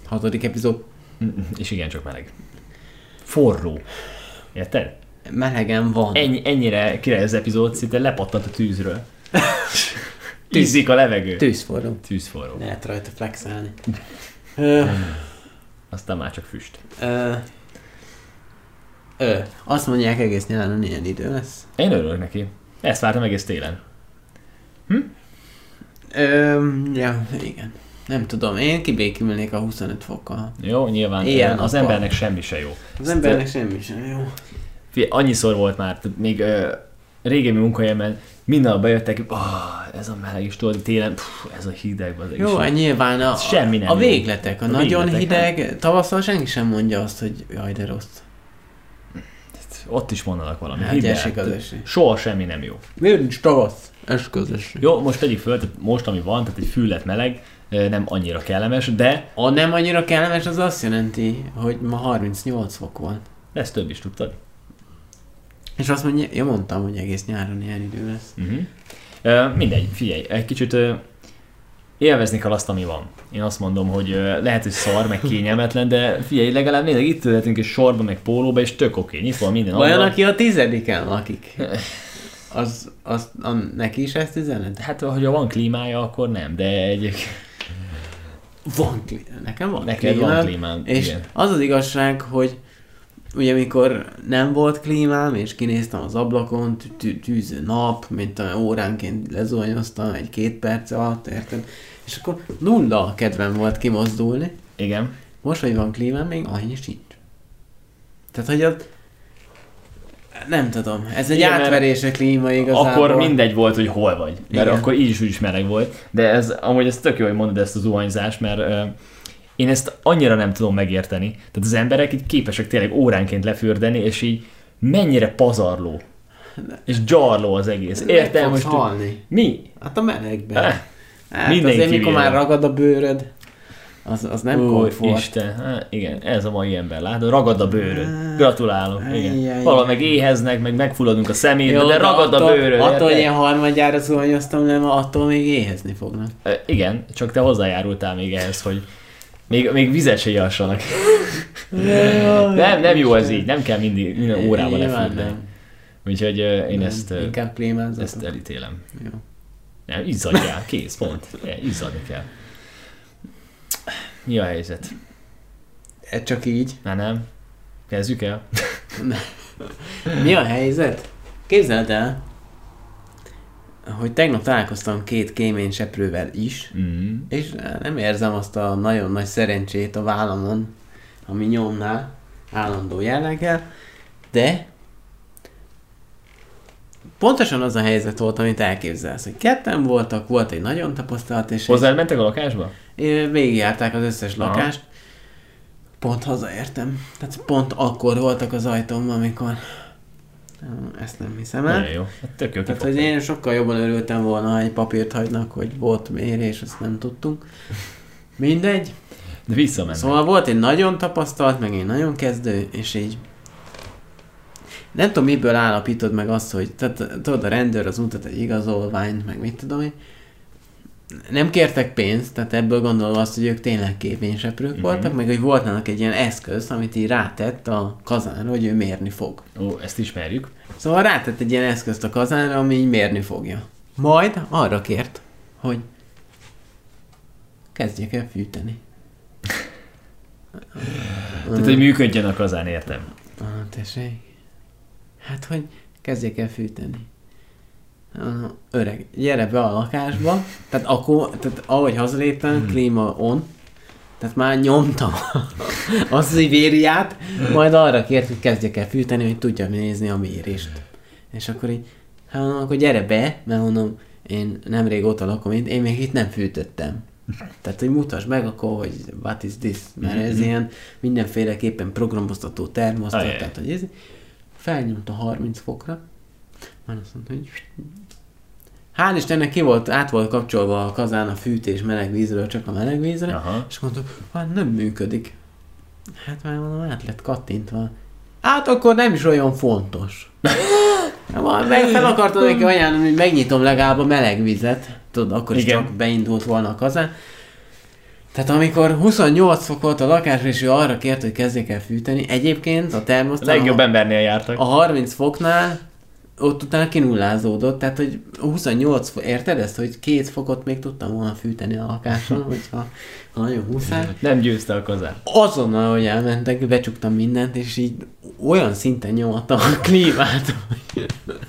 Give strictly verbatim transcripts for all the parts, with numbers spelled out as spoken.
Hatodik epizód. És igen, csak meleg. Forró. Érted? Melegen van. Ennyi, ennyire király az epizód, szinte lepattant a tűzről. Ízik a levegő. Tűzforró. Tűzforró. Lehet rajta flexelni. Aztán már csak füst. Ö, ö, azt mondják, egész nyáron ilyen idő lesz. Én örülök neki. Ezt vártam egész télen. Hm? Ö, ja, igen. Nem tudom, én kibékülnék a huszonöt fokkal. Jó, nyilván Ilyen az nappal. embernek semmi se jó. Az embernek semmi sem jó. Figyelj, annyiszor volt már, még uh, régebbi munkahelyemen minden nap bejöttek, oh, ez a meleg is tudod, télen, pff, ez a hideg. Az Jó, hát nyilván a, semmi nem a jó. végletek, a, a nagyon végletek, hideg, nem? Tavasszal senki sem mondja azt, hogy jaj, de rossz. Ott is mondanak valami. Hát esik az eső. Soha semmi nem jó. Miért nincs tavasz? Ez közösség. Jó, most tegyük föl, tehát most ami van, tehát egy füllet meleg, nem annyira kellemes, de... A nem annyira kellemes, az azt jelenti, hogy ma harmincnyolc fok volt. De ezt több is tudtad. És azt mondja, én mondtam, hogy egész nyáron ilyen idő lesz. Uh-huh. Uh, mindegy, figyelj, egy kicsit uh, élvezni kell azt, ami van. Én azt mondom, hogy uh, lehet, hogy szar, meg kényelmetlen, de figyelj, legalább mindig itt ülhetünk egy sorba, meg pólóba, és tök oké, nyitva minden. Olyan, aki a tizediken lakik. Az, az, a, neki is ezt üzened? Hát, hogyha van klímája, akkor nem, de egy... Van klímám. Nekem van Neked klímám. van klímám, És igen. az az igazság, hogy ugye mikor nem volt klímám, és kinéztem az ablakon, tű- tűző nap, mint a óránként lezuhanyoztam egy-két perc alatt, érted? És akkor nulla kedvem volt kimozdulni. Igen. Most, hogy van klímám, még annyi sincs. Tehát, hogy ott nem tudom, ez egy Igen, átverés a klíma igazából. Akkor mindegy volt, hogy hol vagy. Mert Igen. akkor így is úgy is meleg volt. De ez, amúgy ez tök jó, hogy mondod ezt a zuhanyzást, mert uh, én ezt annyira nem tudom megérteni. Tehát az emberek így képesek tényleg óránként lefürdeni, és így mennyire pazarló. És gyarló az egész. Értem most? halni. Mi? Hát a melegben. Eh, hát mindenki azért, mikor bírja. már ragad a bőröd, az, az nem Ó, komfort. Isten, hát igen, ez a mai ember, látod? Ragad a bőröd. Gratulálok. Igen. Ajjaj. Valahol meg éheznek, meg megfulladunk a szemétbe, Jó, de ragad a attól, bőröd. Attól, hogy érted? én harmadjára zuhanyoztam, nem, attól még éhezni fognak. E, igen, csak te hozzájárultál még ehhez, hogy még, még vizet se iassanak. nem, nem jó ez így, nem kell mindig, minden órában Nyilván lefürdeni. nem. Úgyhogy uh, én Nem, ezt, uh, inkább klímázatok. ezt elítélem. Jó. Nem, izzadjál, kész, pont. Ja, izzadni kell. Mi a helyzet? Ez csak így. Már nem? Kezdjük el? Mi a helyzet? Képzeld el, hogy tegnap találkoztam két kéményseprővel is, Mm. és nem érzem azt a nagyon nagy szerencsét a vállamon, ami nyomnál állandó jelleggel, de pontosan az a helyzet volt, amit elképzelsz, hogy ketten voltak, volt egy nagyon tapasztalt, és Hozzád mentek a lakásba? egy- végigjárták az összes Aha. lakást. Pont hazaértem. Tehát pont akkor voltak az ajtómban, amikor ezt nem hiszem el. Nagyon jó. Hát tök jó, Tehát, hogy én sokkal jobban örültem volna, ha egy papírt hagynak, hogy volt mérés, azt nem tudtunk. Mindegy. De visszamennek. Szóval volt egy nagyon tapasztalt, meg egy nagyon kezdő, és így nem tudom, miből állapítod meg azt, hogy tehát, tudod, a rendőr az mutat egy igazolványt, meg mit tudom én. Nem kértek pénzt, tehát ebből gondolom azt, hogy ők tényleg képényseprők Mhm. voltak, meg hogy volt nának egy ilyen eszköz, amit így rátett a kazánra, hogy ő mérni fog. Ó, ezt ismerjük. Szóval rátett egy ilyen eszközt a kazánra, ami így mérni fogja. Majd arra kért, hogy kezdjek el fűteni. Tehát, hogy működjön a kazán, értem. Ah, tessék. Hát, hogy kezdjek el fűteni. Ah, öreg, gyere be a lakásba. Tehát akkor, tehát ahogy hazaléptem, hmm. klíma on. Tehát már nyomtam azt az vériát, majd arra kért, hogy kezdjek el fűteni, hogy tudjam nézni a mérést. És akkor így, hát mondom, akkor gyere be, mert mondom, én nem régóta lakom, én, én még itt nem fűtöttem. Tehát, hogy mutasd meg akkor, hogy what is this, mert ez Mhm. ilyen mindenféleképpen programoztató termosztat, Ajaj. tehát, hogy ez felnyomta harminc fokra, majd azt mondta, hogy hál' Istennek ki volt, át volt kapcsolva a kazán a fűtés meleg vízről csak a meleg vízre, Aha. és mondta, hát nem működik. Hát már mondom, át lett kattintva. Hát akkor nem is olyan fontos. Hát meg fel akartam neki ajánlani, hogy megnyitom legalább a meleg vizet. Tudod, akkor is Igen. csak beindult volna a kazán. Tehát amikor huszonnyolc fok volt a lakás, és ő arra kért, hogy kezdjék el fűteni, egyébként a termosztát Legjobb embernél jártak. a harminc foknál ott utána kinullázódott, tehát hogy huszonnyolc fok, érted ezt, hogy két fokot még tudtam volna fűteni a lakáson, hogyha ha nagyon húszál. Nem győzte a kozár. Azonnal, hogy elmentek, becsuktam mindent, és így olyan szinten nyomattam a klímát, hogy,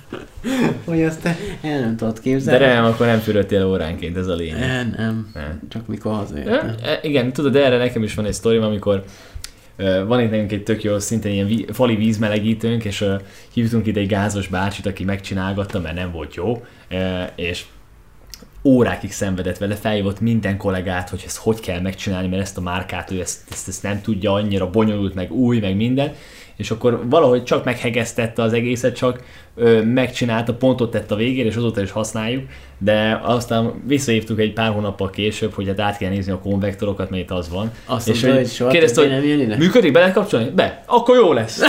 hogy azt el nem tudod képzelni. De remélem, akkor nem fürödtél óránként, ez a lényeg. Nem, nem. Nem. Csak mikor hazajöttem. E, igen, tudod, erre nekem is van egy sztorim, amikor uh, van itt nekünk egy tök jó, szintén ilyen ví- fali vízmelegítőnk, és uh, hívtunk ide egy gázos bácsit, aki megcsinálgatta, mert nem volt jó, uh, és órákig szenvedett vele, feljövott minden kollégát, hogy ezt hogy kell megcsinálni, mert ezt a márkát, ő ezt, ezt, ezt nem tudja, annyira bonyolult, meg új, meg minden, és akkor valahogy csak meghegesztette az egészet, csak ö, megcsinálta, pontot tett a végére, és azóta is használjuk, de aztán visszahívtuk egy pár hónappal később, hogy hát át kell nézni a konvektorokat, mert itt az van. Azt és mondta, hogy soha kérdezte, többé nem jön ide? Működik, be lehet kapcsolni? Be. Akkor jó lesz.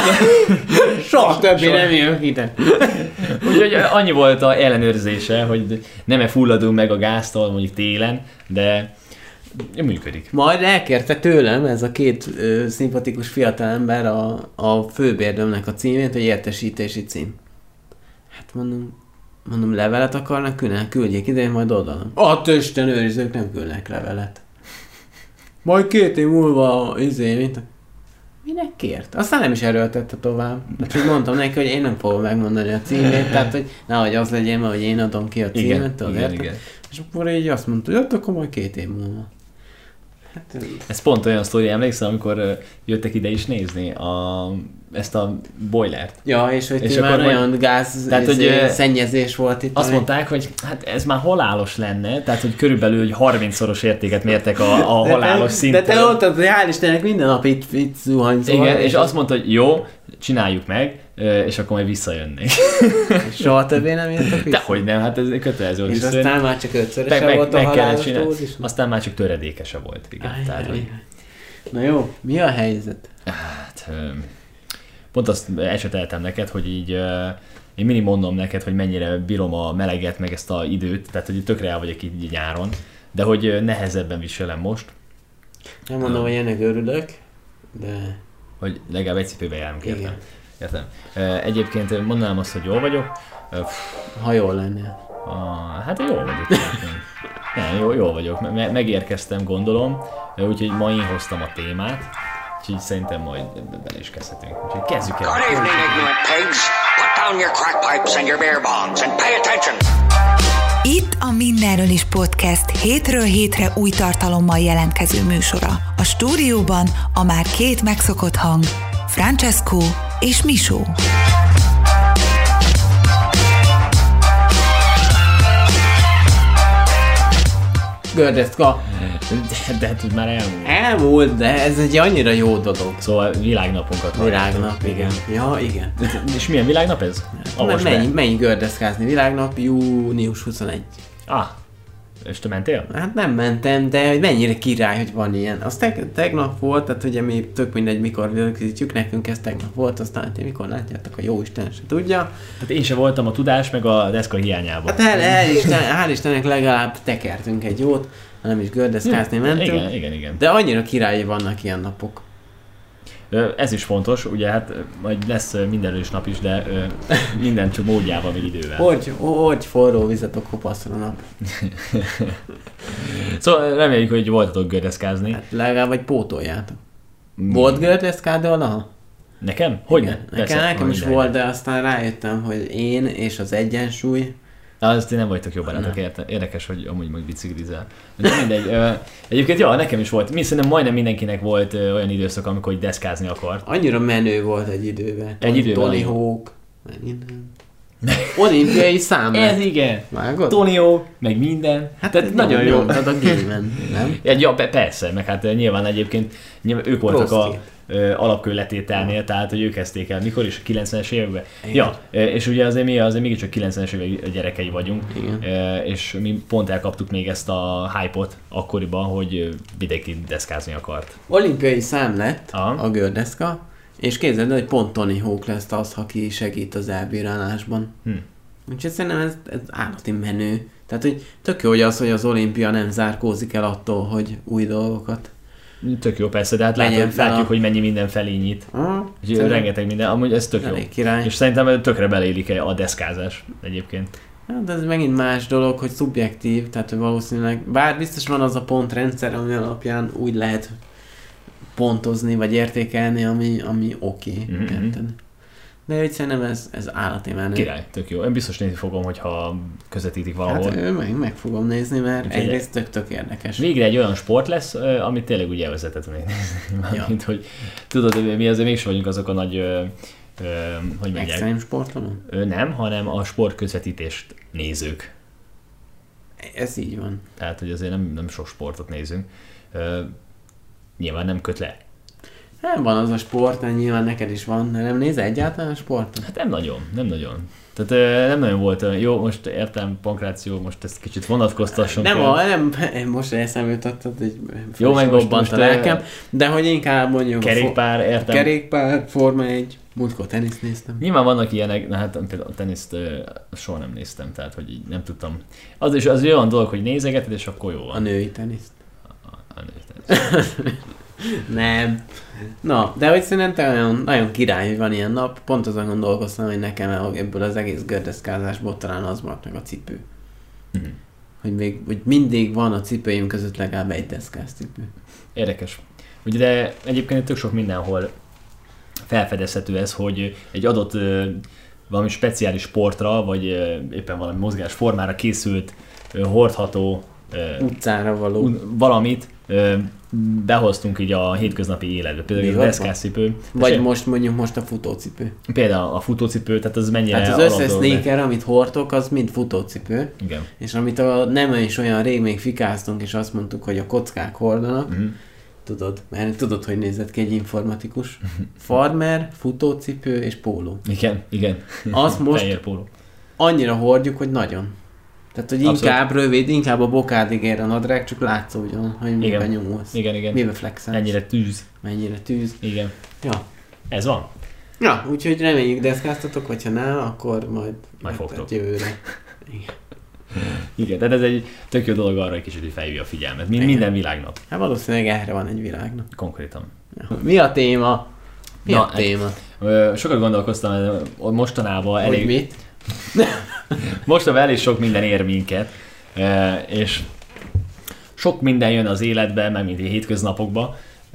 Soha többé Soha. nem jön ide. Úgyhogy annyi volt a ellenőrzése, hogy nem-e fulladunk meg a gáztól mondjuk télen, de működik. Majd elkérte tőlem ez a két ö, szimpatikus fiatalember a, a főbérdőmnek a címét, hogy értesítési cím. Hát mondom, mondom levelet akarnak küldeni, küldjék ide, én majd odaadom. A Isten őrizők nem küldnek levelet. Majd két év múlva izé, mint... Minek kért? Aztán nem is erőltette tovább. Úgyhogy mondtam neki, hogy én nem fogom megmondani a címét, tehát hogy nehogy az legyen, hogy én adom ki a címet, Igen, tudod, igen, érted? igen. És akkor így azt mondta, hogy akkor majd két év múlva. Hát, Ez pont olyan sztori, emlékszel, amikor ö, jöttek ide is nézni a, ezt a boilert. ja, és hogy És és már akkor olyan gáz Tehát, hogy, izé, ö, szennyezés volt itt. Azt ami- mondták, hogy hát ez már halálos lenne, tehát hogy körülbelül hogy harmincszoros értéket mértek a, a De halálos te- szinten. De te mondtad, hogy hál' Istennek minden nap itt, itt zuhanyzol. Igen, és azt mondta, hogy jó, csináljuk meg, ö, és akkor majd visszajönnék. soha többé nem jöttek vissza. Dehogy nem, hát ez kötelező, hogy És visszajönni. aztán már csak meg, ötszöröse meg, volt a meg kellett halálos csinálni. dózis. Aztán már csak töredékese volt. Igen, Ajj, tehát, ajj, hogy, ajj. Na jó, mi a helyzet? hát, ö, pont azt eseteltem neked, hogy így ö, én mindig mondom neked, hogy mennyire bírom a meleget, meg ezt a időt, tehát hogy tökre el vagyok így nyáron, de hogy ö, nehezebben viselem most, Nem mondom, hogy ennek örülök, de hogy legalább egy cipőbe járunk, értem. igen, Értem. Ö, Egyébként mondanám azt, hogy jól vagyok. Ö, ha jól lennél. Ah, hát jól vagyok. Nem, jó, jól vagyok. Me- megérkeztem, gondolom. Úgyhogy ma én hoztam a témát. Úgyhogy szerintem majd bele is kezdhetünk. Úgyhogy kezdjük el. Good evening, ignorant pigs. Put down your crack pipes and your beer bongs and pay attention. Itt a Mindenről is podcast hétről hétre új tartalommal jelentkező műsora. A stúdióban a már két megszokott hang, Francesco és Misó. Gördeszka. De, de hát már elmúlt. Elmúlt, de ez egy annyira jó dolog. Szóval világnapunkat Világnap, igen. Ja, igen. És milyen világnap ez? Avasd be. Mennyi, mennyi gördeszkázni? Világnap június huszonegy. Ah, és te mentél? Hát nem mentem, de hogy mennyire király, hogy van ilyen. Az teg- tegnap volt, tehát ugye mi tök mindegy, mikor rögzítjük, nekünk ez tegnap volt, aztán ti mikor látjátok, a jó Isten se tudja. Hát én sem voltam a tudás, meg a deszka hiányában. Hát hál', hál', Isten, hál' Istennek legalább tekertünk egy jót, ha nem is gördeszkázni mentünk. Igen, igen, igen. De annyira királyi vannak ilyen napok. Ö, Ez is fontos, ugye hát ö, majd lesz ö, mindenről is nap is, de ö, minden csak módjával, meg idővel. Hogy, hogy forró vizet a kopaszra nap. Szóval reméljük, hogy voltatok gördeszkázni. Hát legalább egy pótoljátok. Volt gördeszkád valaha? Nekem? Hogy Igen. ne? Nekem, nekem is minden. volt, de aztán rájöttem, hogy én és az egyensúly. Az ti nem vagytok jó barátok, érte- érdekes, hogy amúgy meg biciklizel. De nem mindegy. Ö, Egyébként, ja, nekem is volt. Mi szerintem majdnem mindenkinek volt ö, olyan időszak, amikor hogy deszkázni akart. Annyira menő volt egy időben. Egy időben Tony nagyon. Hawk. meg minden. Olimpiai szám Ez lett. igen. Vágod? Tony Hawk, meg minden. Hát Tehát nagyon jó. Nyomtad a gémen, nem? Ja, ja, pe- persze, meg hát ö, nyilván egyébként nyilván ők voltak Rossz a kép. ö, alapkőletételnél, tehát hogy ők kezdték el. Mikor is? A kilencvenes években? Igen. Ja, ö, és ugye azért mi azért mégiscsak kilencvenes évek gyerekei vagyunk, Igen. Ö, és mi pont elkaptuk még ezt a hype-ot akkoriban, hogy ö, mindenki deszkázni akart. Olimpiai szám lett Aha. a gördeszka, és képzeld el, hogy pont Tony Hawk lesz az, aki segít az elbírálásban. Hm. Úgyhogy szerintem ez, ez állati menő. Tehát, hogy tök jó, hogy az, hogy az olimpia nem zárkózik el attól, hogy új dolgokat. Tök jó, persze, de hát látjuk, látjuk a... hogy mennyi minden felé nyit. Aha, rengeteg minden, amúgy ez tök jó. Király. És szerintem tökre belélik a deszkázás egyébként. Hát ez megint más dolog, hogy szubjektív, tehát hogy valószínűleg, bár biztos van az a pontrendszer, ami alapján úgy lehet pontozni, vagy értékelni, ami, ami oké. Okay, mm-hmm. De hogy szerintem ez, ez állati menő. Király, tök jó. Én biztos nézni fogom, hogyha közvetítik valahol. Hát meg, meg fogom nézni, mert úgyhogy egyrészt tök, tök érdekes. Végre egy olyan sport lesz, amit tényleg úgy élvezetet tudnék nézni. Ja. Mint hogy tudod, mi azért mégsem vagyunk azok a nagy, ö, ö, hogy mondják? Extrém sportoló? Nem, hanem a sport közvetítést nézők. Ez így van. Tehát, hogy azért nem, nem sok sportot nézünk. Ö, nyilván nem köt le. Nem van az a sport, de nyilván neked is van, de nem nézel egyáltalán a sportot? Hát nem nagyon, nem nagyon. Tehát nem nagyon volt olyan. Jó, most értem, Pankráció, most ezt kicsit vonatkoztassunk. Nem, a, nem, most eszembe jutottad, hogy jó, meg most, most a lelkem, de hogy inkább mondjuk kerékpár, értem. Kerékpár, Forma egy, múltkor teniszt néztem. Nyilván vannak ilyenek, na hát például a teniszt soha nem néztem, tehát hogy így nem tudtam. Az is az olyan dolog, hogy nézegeted, és akkor jó van. A női teniszt. A, a női teniszt. Nem. Na, de hogy szerintem nagyon, nagyon király, hogy van ilyen nap. Pont azon gondolkoztam, hogy nekem ebből az egész gördeszkázásból talán az maradt meg a cipő. Mm-hmm. Hogy még hogy mindig van a cipőim között legalább egy deszkás cipő. Érdekes. Ugye, de egyébként tök sok mindenhol felfedezhető ez, hogy egy adott valami speciális sportra, vagy éppen valami mozgásformára készült, hordható utcára való valamit behoztunk így a hétköznapi életbe. Például a deszkászcipő. Vagy és most mondjuk most a futócipő. Például a futócipő, tehát az mennyire... Hát az összes sneaker, amit hordtok, az mind futócipő. Igen. És amit a nem is olyan rég még fikáztunk, és azt mondtuk, hogy a kockák hordanak, mm-hmm. tudod, mert tudod, hogy nézett ki egy informatikus. Farmer, futócipő és póló. Igen, igen. Azt most fehér póló. Annyira hordjuk, hogy nagyon. Tehát, hogy abszolút. Inkább rövid, inkább a bokádig ér a nadrág, csak látszódjon, hogy miben nyomulsz. Igen, igen. Miben flexelsz. Mennyire tűz. Mennyire tűz. Igen. Ja. Ez van. Ja, úgyhogy reméljük deszkáztatok, hogyha nem, akkor majd... Majd fogtok. Jövőre. Igen. Igen, tehát ez egy tök jó dolog arra, hogy kicsit hogy felhívja a figyelmet. Mind, minden világnap. Hát valószínűleg erre van egy világnap. Konkrétan. Ja. Mi a téma? Mi Na, a téma? Egy, sokat gondolkoztam, mostanában elég... Hogy mit? Mostanában elég sok minden ér minket, és sok minden jön az életbe, meg mint a hétköznapokba.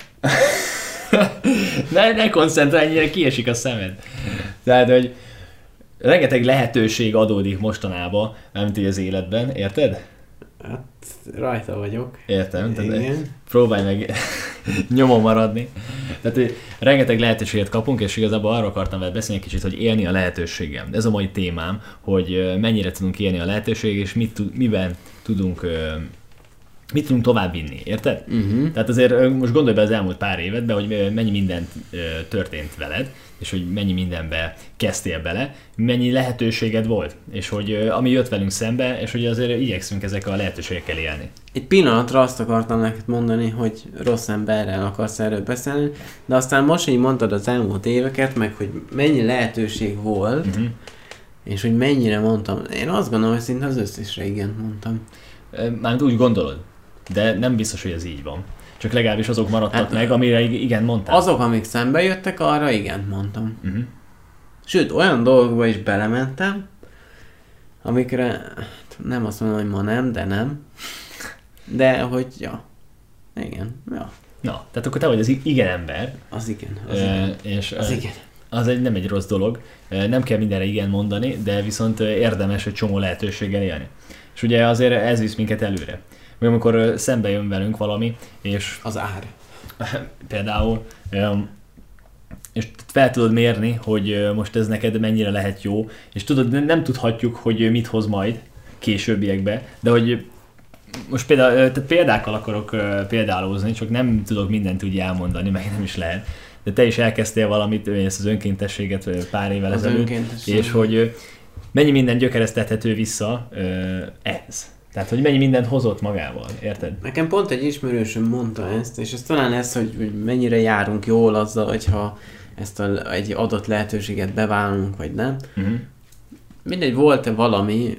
ne, ne koncentrálj, ennyire kiesik a szemed. Tehát, hogy rengeteg lehetőség adódik mostanában, mint így az életben, érted? Hát rajta vagyok. Értem, tehát próbálj meg nyomon maradni. Tehát, hogy rengeteg lehetőséget kapunk, és igazából arra akartam veled beszélni kicsit, hogy élni a lehetőségem. Ez a mai témám, hogy mennyire tudunk élni a lehetőség, és mit, miben tudunk, mit tudunk tovább vinni, érted? Uh-huh. Tehát azért most gondolj be az elmúlt pár évedbe, hogy mennyi minden történt veled, és hogy mennyi mindenbe kezdtél bele, mennyi lehetőséged volt, és hogy ami jött velünk szembe, és hogy azért igyekszünk ezekkel a lehetőségekkel élni. Egy pillanatra azt akartam neked mondani, hogy rossz emberrel akarsz erről beszélni, de aztán most így mondtad az elmúlt éveket, meg hogy mennyi lehetőség volt, uh-huh. és hogy mennyire mondtam. Én azt gondolom, hogy szinte az összesre igen mondtam. Mármint úgy gondolod, de nem biztos, hogy ez így van. Csak legalábbis azok maradtak hát, meg, amire igen mondtál. Azok, amik szembe jöttek, arra igen mondtam. Uh-huh. Sőt, olyan dolgokba is belementem, amikre nem azt mondom, hogy ma nem, de nem. De hogy, ja. Igen, ja. Na, tehát akkor te vagy az igen ember. Az igen. Az, e, igen. És az igen. Az egy, nem egy rossz dolog. Nem kell mindenre igen mondani, de viszont érdemes egy csomó lehetőséggel élni. És ugye azért ez visz minket előre. Vagy amikor szembe jön velünk valami, és... Az ár. Például, és fel tudod mérni, hogy most ez neked mennyire lehet jó, és tudod, nem tudhatjuk, hogy mit hoz majd későbbiekbe, de hogy most például, tehát példákkal akarok példálózni, csak nem tudok mindent úgy elmondani, meg nem is lehet. De te is elkezdtél valamit, ezt az önkéntességet pár évvel az ezelőtt, és hogy mennyi minden gyökeresztethető vissza ehhez. Tehát, hogy mennyi mindent hozott magával, érted? Nekem pont egy ismerősöm mondta ezt, és ez talán ez, hogy, hogy mennyire járunk jól azzal, hogyha ezt a, egy adott lehetőséget bevállalunk, vagy nem. Uh-huh. mindegy, volt-e valami,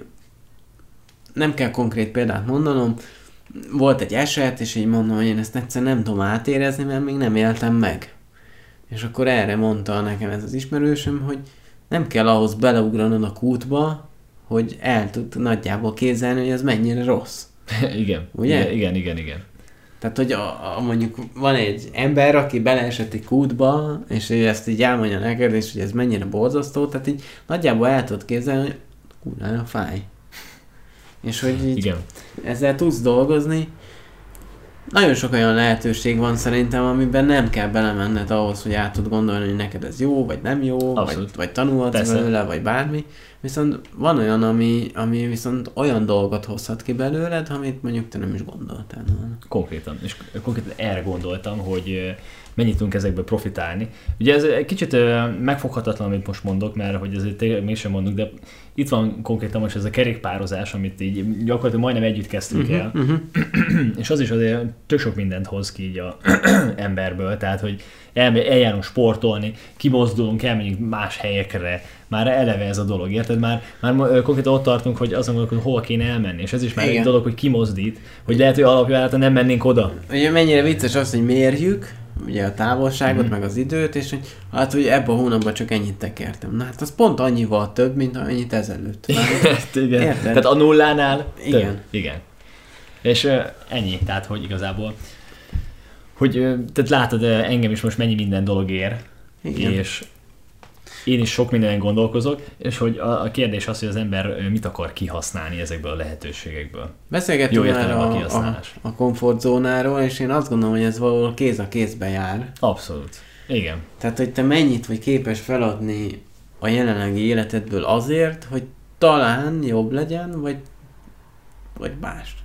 nem kell konkrét példát mondanom, volt egy eset, és így mondom, hogy én ezt egyszerűen nem tudom átérezni, mert még nem éltem meg. És akkor erre mondta nekem ez az ismerősöm, hogy nem kell ahhoz beleugranod a kútba, hogy el tud nagyjából képzelni, hogy ez mennyire rossz. igen, ugye? igen, igen, igen, igen. Tehát, hogy a, a, mondjuk van egy ember, aki beleesett egy kútba, és ő ezt így elmondja neked, és hogy ez mennyire borzasztó, tehát így nagyjából el tudod képzelni, hogy kurvára fáj. És hogy így igen. ezzel tudsz dolgozni. Nagyon sok olyan lehetőség van szerintem, amiben nem kell belemenned ahhoz, hogy át tud gondolni, hogy neked ez jó, vagy nem jó, vagy, vagy tanulhatsz belőle, vagy bármi. Viszont van olyan, ami, ami viszont olyan dolgot hozhat ki belőled, amit mondjuk te nem is gondoltál. Konkrétan. És konkrétan erre gondoltam, hogy mennyit tudunk ezekből profitálni. Ugye ez egy kicsit megfoghatatlan, amit most mondok, mert hogy ezért tényleg mégsem mondok, de itt van konkrétan most ez a kerékpározás, amit így gyakorlatilag majdnem együtt kezdtünk uh-huh, el. Uh-huh. És az is azért tök sok mindent hoz ki így a emberből, tehát hogy el, eljárunk sportolni, kimozdulunk, elmegyünk más helyekre, már eleve ez a dolog, érted? Már, már konkrétan ott tartunk, hogy azon gondolok, hogy hova kéne elmenni, és ez is már igen. Egy dolog, hogy kimozdít, hogy lehet, hogy alapján nem mennénk oda. Ugye mennyire vicces az, hogy mérjük, ugye a távolságot, mm-hmm. meg az időt, és hogy hát, hogy ebben a hónapban csak ennyit tekertem. Na hát az pont annyival több, mint amennyit ezelőtt. Igen. Érted? Tehát a nullánál igen. Több. Igen. És uh, ennyi, tehát hogy igazából, hogy uh, tehát látod, uh, engem is most mennyi minden dolog ér, igen. És én is sok mindenen gondolkozok, és hogy a, a kérdés az, hogy az ember mit akar kihasználni ezekből a lehetőségekből. Beszélgettünk már a, a, a komfortzónáról, és én azt gondolom, hogy ez valahol kéz a kézbe jár. Abszolút. Igen. Tehát, hogy te mennyit vagy képes feladni a jelenlegi életedből azért, hogy talán jobb legyen, vagy, vagy mást.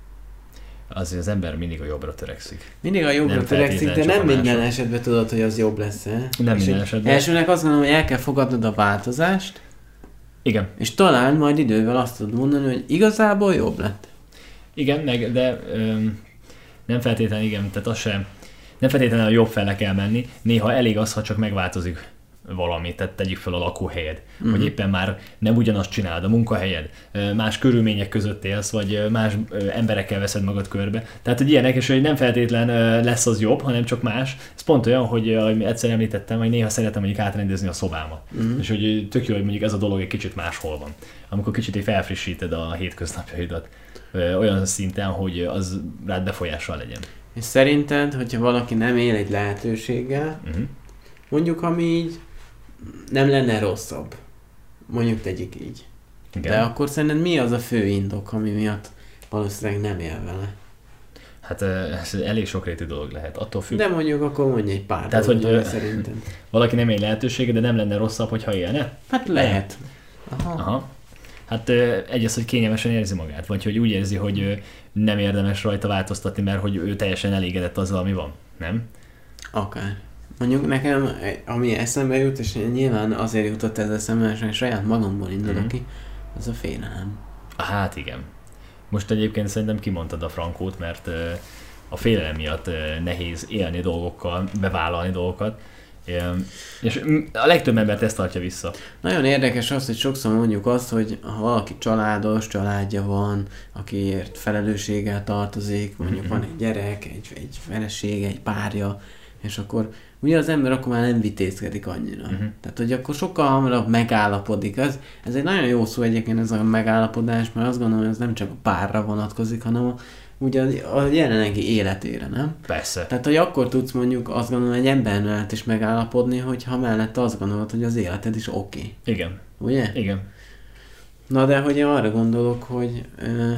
Azért az ember mindig a jobbra törekszik. Mindig a jobbra nem törekszik, de nem minden esetben tudod, hogy az jobb lesz-e. Nem és minden esetben. Elsőnek azt gondolom, hogy el kell fogadnod a változást. Igen. És talán majd idővel azt tudod mondani, hogy igazából jobb lett. Igen, meg, de öm, nem feltétlenül igen, tehát az sem, nem feltétlenül a jobb fele kell menni. Néha elég az, ha csak megváltozik valamit, tehát tegyük fel a lakóhelyed, uh-huh. vagy éppen már nem ugyanazt csinálod, a munkahelyed, más körülmények között élsz, vagy más emberekkel veszed magad körbe. Tehát, hogy ilyenek, és hogy nem feltétlen lesz az jobb, hanem csak más. Ez pont olyan, hogy egyszer említettem, hogy néha szeretem mondjuk átrendezni a szobámat. Uh-huh. És hogy tök jó, hogy mondjuk ez a dolog egy kicsit máshol van. Amikor kicsit így felfrissíted a hétköznapjaidat olyan szinten, hogy az rád befolyással legyen. És szerinted, hogyha valaki nem él egy lehetőséggel, uh-huh. mondjuk ami így nem lenne rosszabb. Mondjuk tegyük így. Igen. De akkor szerinted mi az a fő indok, ami miatt valószínűleg nem él vele? Hát ez elég sokrétű dolog lehet. Attól függ. De mondjuk akkor mondj egy pár. Tehát, hogy dolog, szerintem. Valaki nem él lehetősége, de nem lenne rosszabb, hogyha élne? Hát lehet. Aha. Aha. Hát egy az, hogy kényelmesen érzi magát, vagy hogy úgy érzi, hogy nem érdemes rajta változtatni, mert hogy ő teljesen elégedett azzal, ami van. Nem? Akár. Mondjuk nekem, ami eszembe jut, és nyilván azért jutott ez eszembe, és saját magamból indulok mm. ki, az a félelem. Hát igen. Most egyébként szerintem kimondtad a frankót, mert a félelem miatt nehéz élni dolgokkal, bevállalni dolgokat, és a legtöbb embert ezt tartja vissza. Nagyon érdekes az, hogy sokszor mondjuk azt, hogy ha valaki családos, családja van, akiért felelősséggel tartozik, mondjuk mm-hmm. van egy gyerek, egy, egy feleség, egy párja, és akkor ugye az ember akkor már nem vitézkedik annyira. Uh-huh. Tehát, hogy akkor sokkal hamarabb megállapodik. Ez, ez egy nagyon jó szó egyébként ez a megállapodás, mert azt gondolom, hogy ez nem csak a párra vonatkozik, hanem a, ugye a jelenlegi életére, nem? Persze. Tehát, hogy akkor tudsz mondjuk azt gondolom, egy emberrel is megállapodni, hogyha mellett azt gondolod, hogy az életed is oké. Okay. Igen. Ugye? Igen. Na, de hogy én arra gondolok, hogy ö,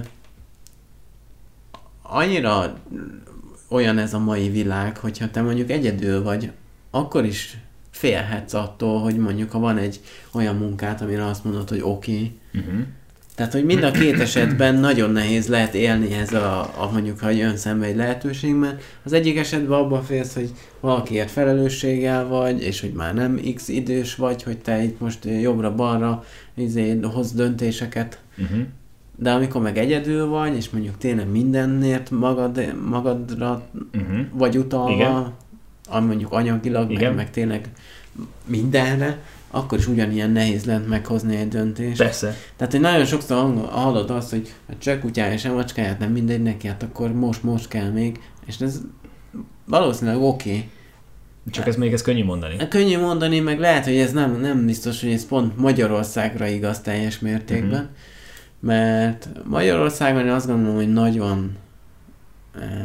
annyira olyan ez a mai világ, hogyha te mondjuk egyedül vagy, akkor is félhetsz attól, hogy mondjuk ha van egy olyan munkát, amire azt mondod, hogy oké. Okay. Uh-huh. Tehát, hogy mind a két esetben nagyon nehéz lehet élni ez a, a mondjuk, ha jön szembe egy lehetőség, mert az egyik esetben abban félsz, hogy valakiért felelősséggel vagy, és hogy már nem x idős vagy, hogy te itt most jobbra-balra izé, hoz döntéseket. Uh-huh. De amikor meg egyedül vagy, és mondjuk tényleg mindenért magad, magadra uh-huh. vagy utalva, ami mondjuk anyagilag, meg, meg tényleg mindenre, akkor is ugyanilyen nehéz lent meghozni egy döntést. Persze. Tehát, hogy nagyon sokszor hallod azt, hogy a cseh kutyája és a macskáját nem mindegy neki, hát akkor most, most kell még, és ez valószínűleg oké. Okay. Csak ez még ez könnyű mondani. Könnyű mondani, meg lehet, hogy ez nem, nem biztos, hogy ez pont Magyarországra igaz teljes mértékben, uh-huh. mert Magyarországon én azt gondolom, hogy nagyon eh,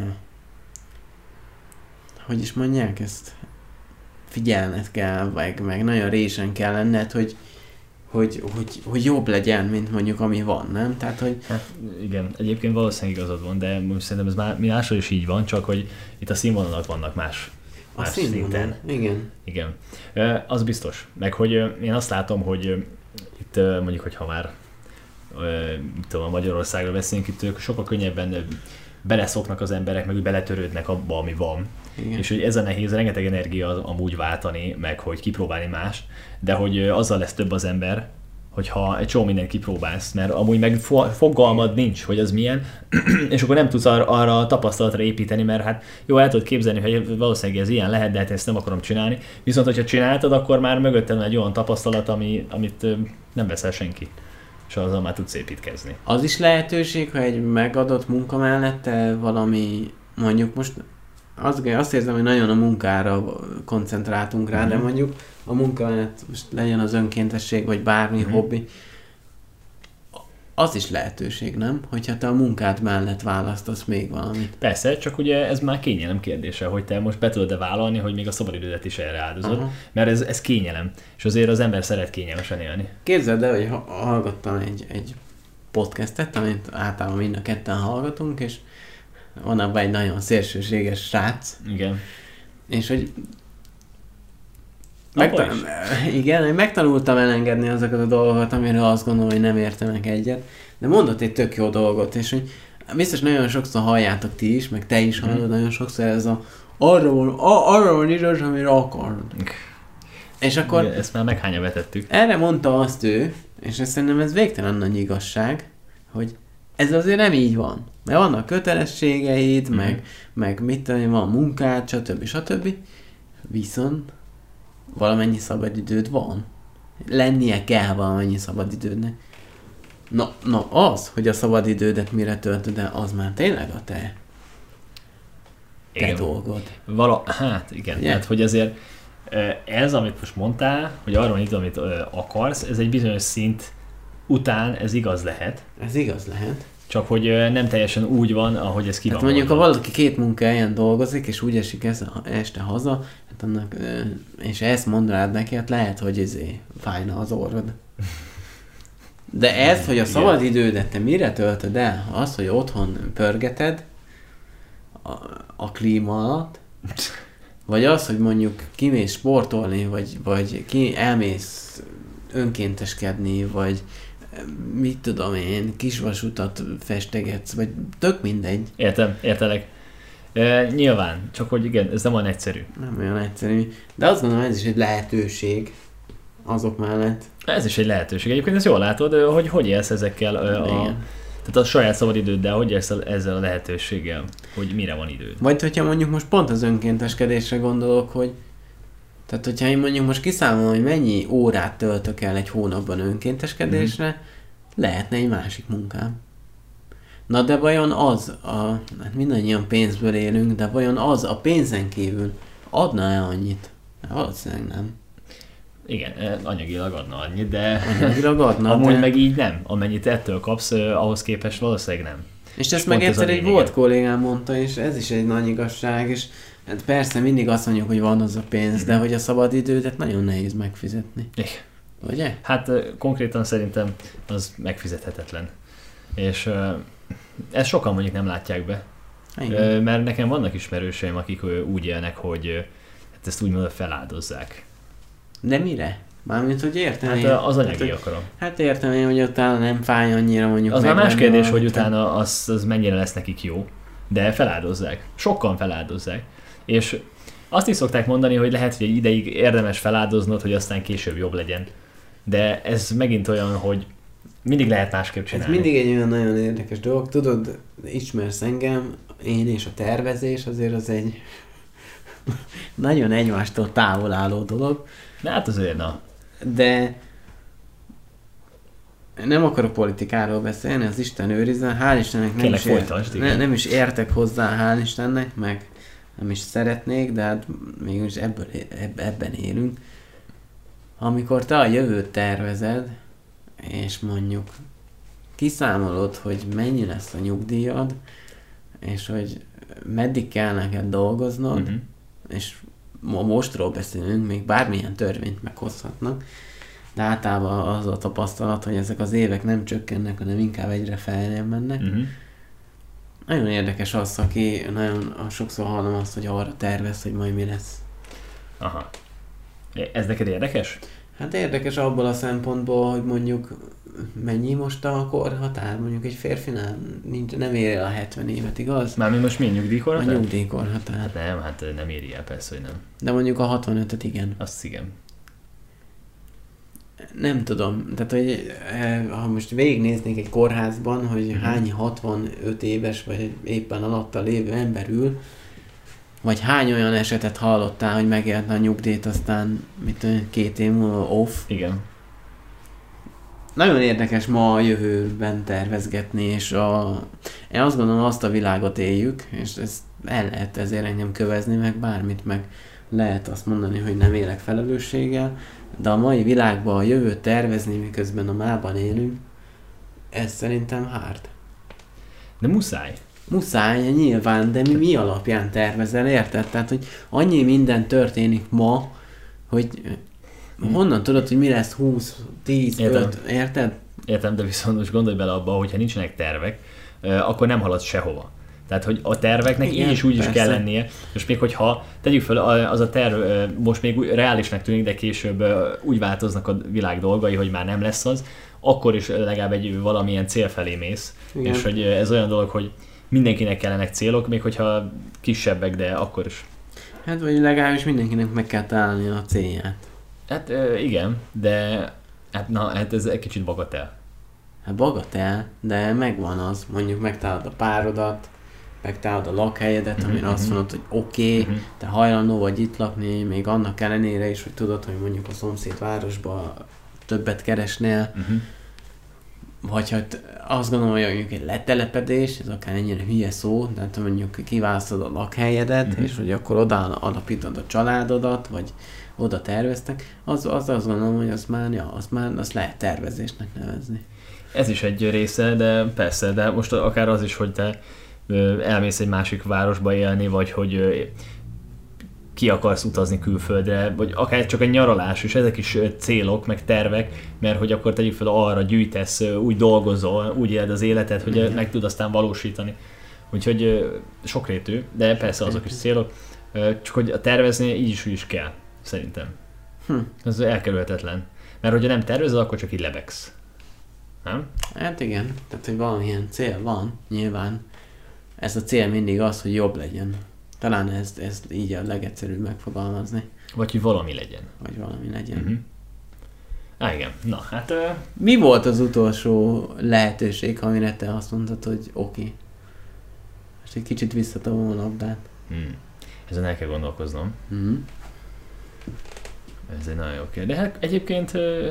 hogy is mondják ezt? Figyelned kell, meg, meg nagyon résen kell lenned, hogy, hogy, hogy, hogy jobb legyen, mint mondjuk ami van, nem? Tehát, hogy... Hát igen, egyébként valószínűleg igazad van, de most szerintem ez már máshol is így van, csak hogy itt a színvonalak vannak más, más szinten. Igen. Igen. Az biztos. Meg, hogy én azt látom, hogy itt mondjuk, hogyha már tudom, a Magyarországról beszélünk, itt ők sokkal könnyebben beleszoknak az emberek, meg beletörődnek abba, ami van. Igen. És hogy ez a nehéz, rengeteg energia amúgy váltani, meg hogy kipróbálni mást, de hogy azzal lesz több az ember, hogyha egy csomó mindent kipróbálsz, mert amúgy meg fogalmad nincs, hogy az milyen, és akkor nem tudsz ar- arra a tapasztalatra építeni, mert hát jó, el tudod képzelni, hogy valószínűleg ez ilyen lehet, de hát ezt nem akarom csinálni. Viszont, hogyha csináltad, akkor már mögötted egy olyan tapasztalat, ami, amit nem veszel senki, és azzal már tudsz építkezni. Az is lehetőség, ha egy megadott munka mellette valami, mondjuk most azt, azt érzem, hogy nagyon a munkára koncentráltunk rá, mm-hmm. de mondjuk a munka mellett most legyen az önkéntesség, vagy bármi mm-hmm. hobbi, az is lehetőség, nem? Hogyha te a munkád mellett választasz még valamit. Persze, csak ugye ez már kényelem kérdése, hogy te most be tudod-e vállalni, hogy még a szabadidődet is erre áldozod, uh-huh. mert ez, ez kényelem, és azért az ember szeret kényelmesen élni. Képzeld el, hogy hallgattam egy, egy podcastet, amit általában mind a ketten hallgatunk, és van abban egy nagyon szélsőséges srác. Igen. És hogy megtan- igen, hogy megtanultam elengedni azokat a dolgokat, amiről azt gondolom, hogy nem értenek egyet, de mondott egy tök jó dolgot, és hogy biztos nagyon sokszor halljátok ti is, meg te is hallod, mm. nagyon sokszor ez a arra van, a, arra van idős, amire akarod. És akkor... Igen, ezt már meghánya vetettük. Erre mondta azt ő, és ezt szerintem ez végtelen nagy igazság, hogy ez azért nem így van. Mert vannak kötelességeid, mm. meg, meg mit tudom, van munkád, stb. stb. Viszont valamennyi szabadidőd van. Lennie kell valamennyi szabadidődnek. Na, na az, hogy a szabadidődet mire töltöd el, az már tényleg a te, te dolgod. Vala, hát igen, yeah. Tehát hogy azért ez, amit most mondtál, hogy arra van itt, amit akarsz, ez egy bizonyos szint után ez igaz lehet. Ez igaz lehet. Csak hogy nem teljesen úgy van, ahogy ez ki van. Hát mondjuk, ha valaki két munkahelyen dolgozik, és úgy esik este haza, hát annak, és ezt mond rád neki, hát lehet, hogy izé fájna az orrod. De ez, hogy a szabad idődet te mire töltöd el, az, hogy otthon pörgeted a, a klíma alatt, vagy az, hogy mondjuk kimész sportolni, vagy, vagy ki elmész önkénteskedni, vagy mit tudom én, kisvasutat festegetsz, vagy tök mindegy. Értem, értelek. E, nyilván, csak hogy igen, ez nem olyan egyszerű. Nem olyan egyszerű, de azt gondolom, ez is egy lehetőség azok mellett. Ez is egy lehetőség. Egyébként ezt jól látod, hogy hogy élsz ezekkel a, a, tehát a saját szabadidőddel, hogy élsz ezzel a lehetőséggel, hogy mire van időd. Vagy hogyha mondjuk most pont az önkénteskedésre gondolok, hogy tehát hogyha én mondjuk most kiszámolom, hogy mennyi órát töltök el egy hónapban önkénteskedésre, mm-hmm. lehetne egy másik munkám. Na de vajon az, a, hát mindannyian pénzből élünk, de vajon az a pénzen kívül adna-e annyit? Valószínűleg nem. Igen, anyagilag adna annyit, de anyagilag adna, amúgy de... meg így nem. Amennyit ettől kapsz, ahhoz képest valószínűleg nem. És ezt meg egyszer egy volt kollégám mondta, és ez is egy nagy igazság, és hát persze mindig azt mondjuk, hogy van az a pénz, mm-hmm. de hogy a szabadidődet nagyon nehéz megfizetni. Igen. Ugye? Hát konkrétan szerintem az megfizethetetlen. És ezt sokan mondjuk nem látják be. Igen. Mert nekem vannak ismerőseim, akik úgy élnek, hogy hát ezt úgymond feláldozzák. De mire? Mármint, hogy értem hát én. Az anyagi hát, akarom. Hát értem én, hogy utána nem fáj annyira mondjuk. Az már más kérdés, hogy utána az, az mennyire lesz nekik jó. De feláldozzák. Sokan feláldozzák. És azt is szokták mondani, hogy lehet, hogy egy ideig érdemes feláldoznod, hogy aztán később jobb legyen. De ez megint olyan, hogy mindig lehet másképp csinálni. Ez mindig egy olyan nagyon érdekes dolog. Tudod, ismersz engem, én és a tervezés azért az egy nagyon egymástól távol álló dolog. De hát azért, na. De nem akarok politikáról beszélni, az Isten őrizzen, hál' Istennek nem is, ér, ne, nem is értek hozzá, hál' Istennek, meg nem is szeretnék, de hát mégis ebből, eb, ebben élünk. Amikor te a jövőt tervezed, és mondjuk kiszámolod, hogy mennyi lesz a nyugdíjad, és hogy meddig kell neked dolgoznod, uh-huh. és mostról beszélünk, még bármilyen törvényt meghozhatnak, de általában az a tapasztalat, hogy ezek az évek nem csökkennek, hanem inkább egyre feljebb mennek. Uh-huh. Nagyon érdekes az, aki nagyon sokszor hallom azt, hogy arra tervez, hogy majd mi lesz. Aha. Ez neked érdekes? Hát érdekes abból a szempontból, hogy mondjuk mennyi most a korhatár, mondjuk egy férfinál nincs, nem éri el a hetven évet, igaz? Mármint most mi nyugdíjkorhatár? A nyugdíjkorhatár. Hát nem, hát nem éri el, persze, hogy nem. De mondjuk a hatvanötöt igen. Azt igen. Nem tudom, tehát hogy ha most végignéznék egy kórházban, hogy uh-huh. hány hatvanöt éves vagy éppen alatta lévő ember ül, vagy hány olyan esetet hallottál, hogy megélte a nyugdíjt, aztán mit tudom, két év múlva off. Igen. Nagyon érdekes ma a jövőben tervezgetni, és a, én azt gondolom, azt a világot éljük, és ezt el lehet ezért engem kövezni, meg bármit, meg lehet azt mondani, hogy nem élek felelősséggel, de a mai világban a jövőt tervezni, miközben a mában élünk, ez szerintem hard. De muszáj. Muszáj, nyilván, de mi, mi alapján tervezel, érted? Tehát, hogy annyi minden történik ma, hogy honnan tudod, hogy mi lesz húsz, tíz, öt, érted? Értem, de viszont most gondolj bele abba, hogyha nincsenek tervek, akkor nem haladsz sehova. Tehát, hogy a terveknek igen, így is úgy persze. is kell lennie, és még hogyha tegyük fel, az a terv most még reálisnak tűnik, de később úgy változnak a világ dolgai, hogy már nem lesz az, akkor is legalább egy valamilyen cél felé mész. Igen. És hogy ez olyan dolog, hogy mindenkinek kellenek célok, még hogyha kisebbek, de akkor is. Hát vagy legalábbis mindenkinek meg kell találni a célját. Hát igen, de hát, na, hát ez egy kicsit bagatel. Hát bagatel, de megvan az, mondjuk megtalálod a párodat, megtalálod a lakhelyedet, mm-hmm. amire azt mondod, hogy oké, okay, mm-hmm. te hajlandó vagy itt lakni, még annak ellenére is, hogy tudod, hogy mondjuk a szomszéd városban többet keresnél, mm-hmm. vagy hát azt gondolom, hogy mondjuk egy letelepedés, ez akár ennyire hülye szó, de hát mondjuk kiválasztod a lakhelyedet, mm-hmm. és hogy akkor oda alapítod a családodat, vagy oda terveztek, az, az azt gondolom, hogy az már, ja, az már azt lehet tervezésnek nevezni. Ez is egy része, de persze, de most akár az is, hogy te elmész egy másik városba élni, vagy hogy ki akarsz utazni külföldre, vagy akár csak egy nyaralás, és ezek is célok, meg tervek, mert hogy akkor tegyük fel arra gyűjtesz, úgy dolgozol, úgy éled az életet, hogy igen. meg tud aztán valósítani. Úgyhogy sokrétű, de persze azok is célok, csak hogy a tervezni így is úgy is kell, szerintem. Hm. Ez elkerülhetetlen. Mert hogyha nem tervezed, akkor csak így lebegsz. Nem? Hát igen, tehát hogy valamilyen cél van, nyilván. Ez a cél mindig az, hogy jobb legyen. Talán ezt, ezt így a legegyszerűbb megfogalmazni. Vagy hogy valami legyen. Vagy valami legyen. Uh-huh. Á, igen. Na, hát... Uh... Mi volt az utolsó lehetőség, amire te azt mondtad, hogy oké. Okay. És egy kicsit visszatolom a labdát. Hmm. Ezen el kell gondolkoznom. Uh-huh. Ez egy nagyon jó kérdés. De hát egyébként... Uh...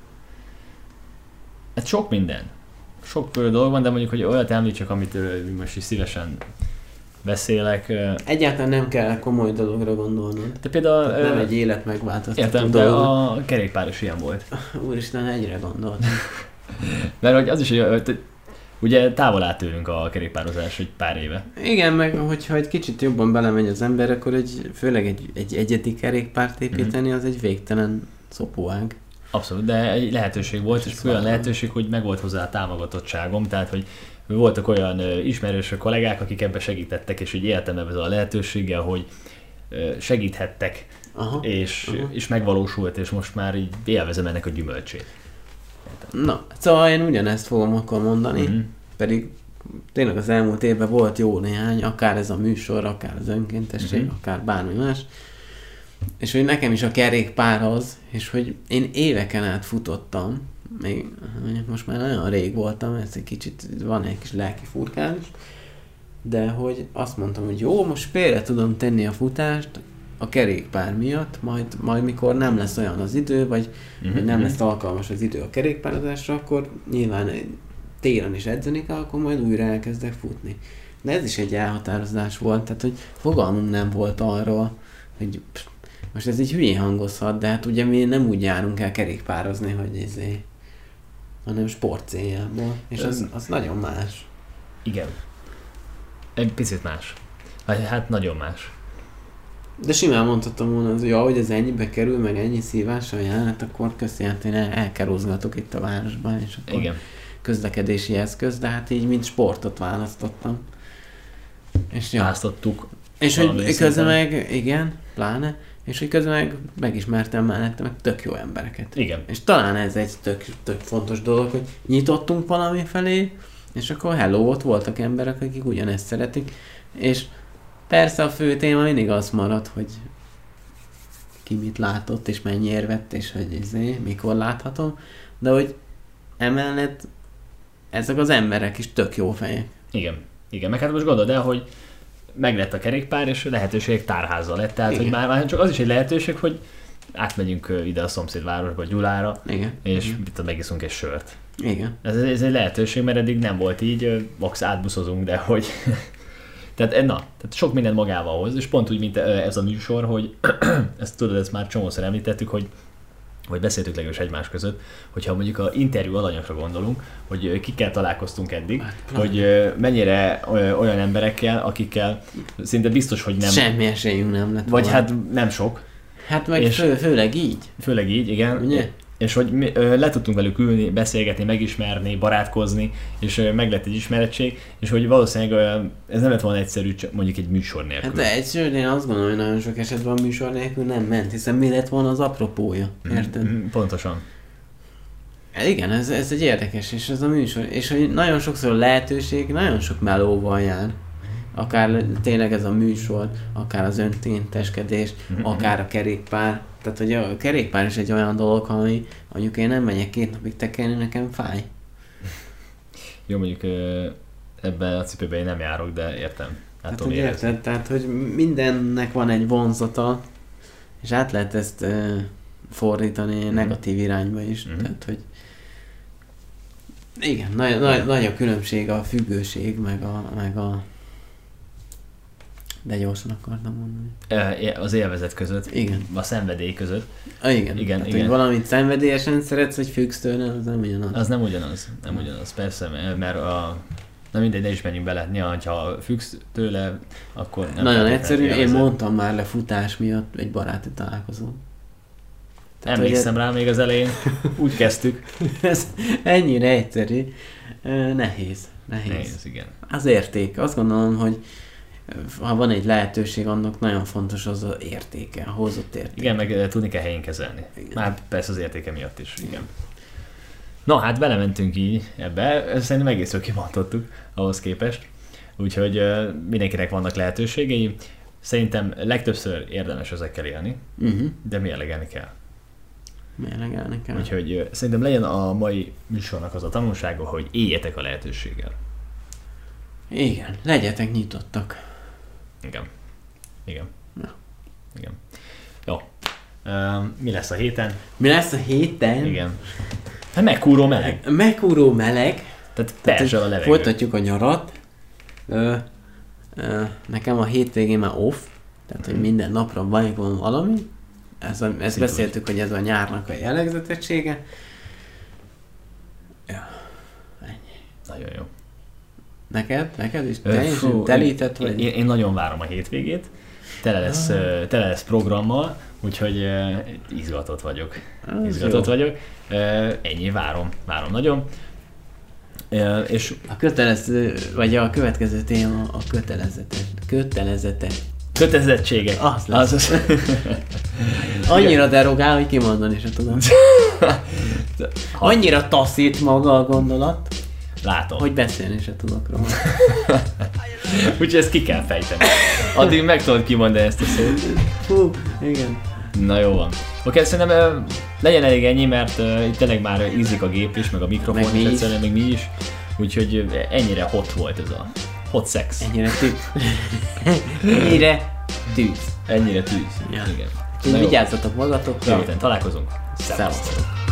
Hát sok minden. Sok dolog van, de mondjuk, hogy olyat említsek, amit most is szívesen beszélek. Egyáltalán nem kell komoly dologra gondolnod. De például... Tehát nem egy élet megváltoztató dolog. Értem, de a kerékpár is ilyen volt. Úristen, egyre gondoltam. Mert hogy az is, hogy ugye távol áll tőlünk a kerékpározás egy pár éve. Igen, meg hogyha egy kicsit jobban belemegy az ember, akkor egy, főleg egy, egy egyedi kerékpárt építeni, mm-hmm. az egy végtelen szopóág. Abszolút, de egy lehetőség volt, és, és olyan lehetőség, hogy meg volt hozzá a támogatottságom, tehát hogy voltak olyan ismerős kollégák, akik ebbe segítettek, és így éltem ebben a lehetőséggel, hogy segíthettek, aha, és, aha. és megvalósult, és most már így élvezem ennek a gyümölcsét. Na, szóval én ugyanezt fogom akkor mondani, uh-huh. pedig tényleg az elmúlt évben volt jó néhány, akár ez a műsor, akár az önkéntesség, uh-huh. akár bármi más, és hogy nekem is a kerékpár az, és hogy én éveken át futottam, még most már nagyon rég voltam, ez egy kicsit, van egy kis lelki furkás, de hogy azt mondtam, hogy jó, most félre tudom tenni a futást, a kerékpár miatt, majd, majd mikor nem lesz olyan az idő, vagy, uh-huh. vagy nem lesz alkalmas az idő a kerékpározásra, akkor nyilván télen is edzeni kell, akkor majd újra elkezdek futni. De ez is egy elhatározás volt, tehát hogy fogalmunk nem volt arról, hogy pff, most ez így hülyén hangozhat, de hát ugye mi nem úgy járunk el kerékpározni, hogy ezért, hanem sport céljából, és az, az nagyon más. Igen. Egy picit más. Hát nagyon más. De simán mondhatom volna, hogy ja, hogy ez ennyibe kerül, meg ennyi szívással jár, hát akkor köszi, hát én elkerúzgatok itt a városban, és akkor igen. közlekedési eszköz, de hát így mint sportot választottam. És ja. Választottuk. És hogy közben meg, igen, pláne, és hogy közben meg megismertem mellette meg tök jó embereket. Igen. És talán ez egy tök, tök fontos dolog, hogy nyitottunk valami felé, és akkor hello, ott voltak emberek, akik ugyanezt szeretik, és persze a fő téma mindig az maradt, hogy ki mit látott, és mennyiért vett, és hogy izé, mikor láthatom, de hogy emellett ezek az emberek is tök jó fejek. Igen, igen, meg hát most gondold el, hogy meg lett a kerékpár, és lehetőség tárháza lett, tehát igen. Hogy már, már csak az is egy lehetőség, hogy átmegyünk ide a szomszédvárosba, Gyulára, igen. és igen. itt megiszunk egy sört. Igen. Ez, ez egy lehetőség, mert eddig nem volt így, max átbuszozunk, de hogy... tehát, na, tehát sok mindent magával hoz, és pont úgy, mint ez a műsor, hogy ezt tudod, ezt már csomószor említettük, hogy vagy beszéltük legalábbis egymás között, hogyha mondjuk a interjú alanyokra gondolunk, hogy kikkel találkoztunk eddig, hát, hogy mennyire olyan emberekkel, akikkel szinte biztos, hogy nem... Semmi esélyünk nem lett. Vagy hát nem sok. Hát meg és fő, főleg így. Főleg így, igen. Ugye? És hogy mi, ö, le tudtunk velük ülni, beszélgetni, megismerni, barátkozni, és ö, meg lett egy ismerettség, és hogy valószínűleg ö, ez nem lett volna egyszerű, mondjuk egy műsor nélkül. Hát egyszerűen én azt gondolom, hogy nagyon sok esetben a műsor nélkül nem ment, hiszen mi lett volna az apropója, érted? Mm, pontosan. Hát igen, ez, ez egy érdekes, és ez a műsor, és hogy nagyon sokszor a lehetőség nagyon sok melóval jár. Akár tényleg ez a műsor, akár az önténteskedés, mm-hmm. akár a kerékpár. Tehát, hogy a kerékpár is egy olyan dolog, ami mondjuk én nem megyek két napig tekerni, nekem fáj. Jó, mondjuk ebben a cipőben én nem járok, de értem. Tehát, hogy érted, tehát, hogy mindennek van egy vonzata, és át lehet ezt uh, fordítani mm-hmm. negatív irányba is. Mm-hmm. Tehát, hogy igen, nagy, nagy, nagy a különbség a függőség, meg a, meg a de gyorsan akartam mondani. Az élvezet között. Igen. A szenvedély között. A, igen. Igen, hát, igen. Hogy valamit szenvedélyesen szeretsz, vagy függsz tőle, az nem ugyanaz. Az nem ugyanaz. Nem ugyanaz, persze, mert a... Na mindegy, ne is menjünk bele. Ja, ha függsz tőle, akkor nem... Nagyon egyszerű, én mondtam már le futás miatt egy baráti találkozón. Emlékszem rá még az elején. Úgy kezdtük. Ez ennyire egyszerű. Nehéz. Nehéz. Nehéz, igen. Az érték. Azt gondolom, hogy ha van egy lehetőség, annak nagyon fontos az az értéke, a hozott értéke. Igen, meg tudni kell helyén kezelni. Igen. Már persze az értéke miatt is. Igen. Na hát belementünk így ebbe, szerintem egész jól kimondottuk ahhoz képest. Úgyhogy mindenkinek vannak lehetőségei. Szerintem legtöbbször érdemes ezekkel élni, uh-huh. de mérlegelni kell. Mérlegelni kell. Úgyhogy szerintem legyen a mai műsornak az a tanulsága, hogy éljetek a lehetőséggel. Igen, legyetek nyitottak. Igen. Igen. Ja. Igen. Jó. Uh, mi lesz a héten? Mi lesz a héten? Igen. Hát megkúró meleg. Megkúró meleg. Tehát perzsel a levegő. Folytatjuk a nyarat. Ö, ö, nekem a hétvégén már off. Tehát, hogy minden napra van valami. Ez a, ezt beszéltük, hogy ez a nyárnak a jellegzetessége. Ja. Ennyi. Nagyon jó. Neked? Neked is? Te is telített vagy? Én, én nagyon várom a hétvégét. Tele lesz, ah. tele lesz programmal, úgyhogy uh, izgatott vagyok. Az izgatott jó. vagyok. Uh, ennyi, várom. Várom nagyon. Uh, és a kötelező, vagy a következő téma a kötelezetes. Kötelezetes. Kötelezettségek. Az lesz. Az az. Annyira derogál, hogy kimondani se tudom. Annyira taszít maga a gondolat. Látom. Hogy beszélni se tudok róla. Úgyhogy ezt ki kell fejteni. Addig meg tudod kimondani ezt a szót. Hú, igen. Na jó van. Oké, szerintem uh, legyen elég ennyi, mert uh, itt tényleg már ízik a gép is, meg a mikrofon meg is, egyszerűen, meg mi is. Úgyhogy uh, ennyire hot volt ez a hot sex. Ennyire tűz. Ennyire tűz. Ennyire tűz. Ja. Igen. Így vigyázzatok magatokra. Jövő héten találkozunk. Szevasztok.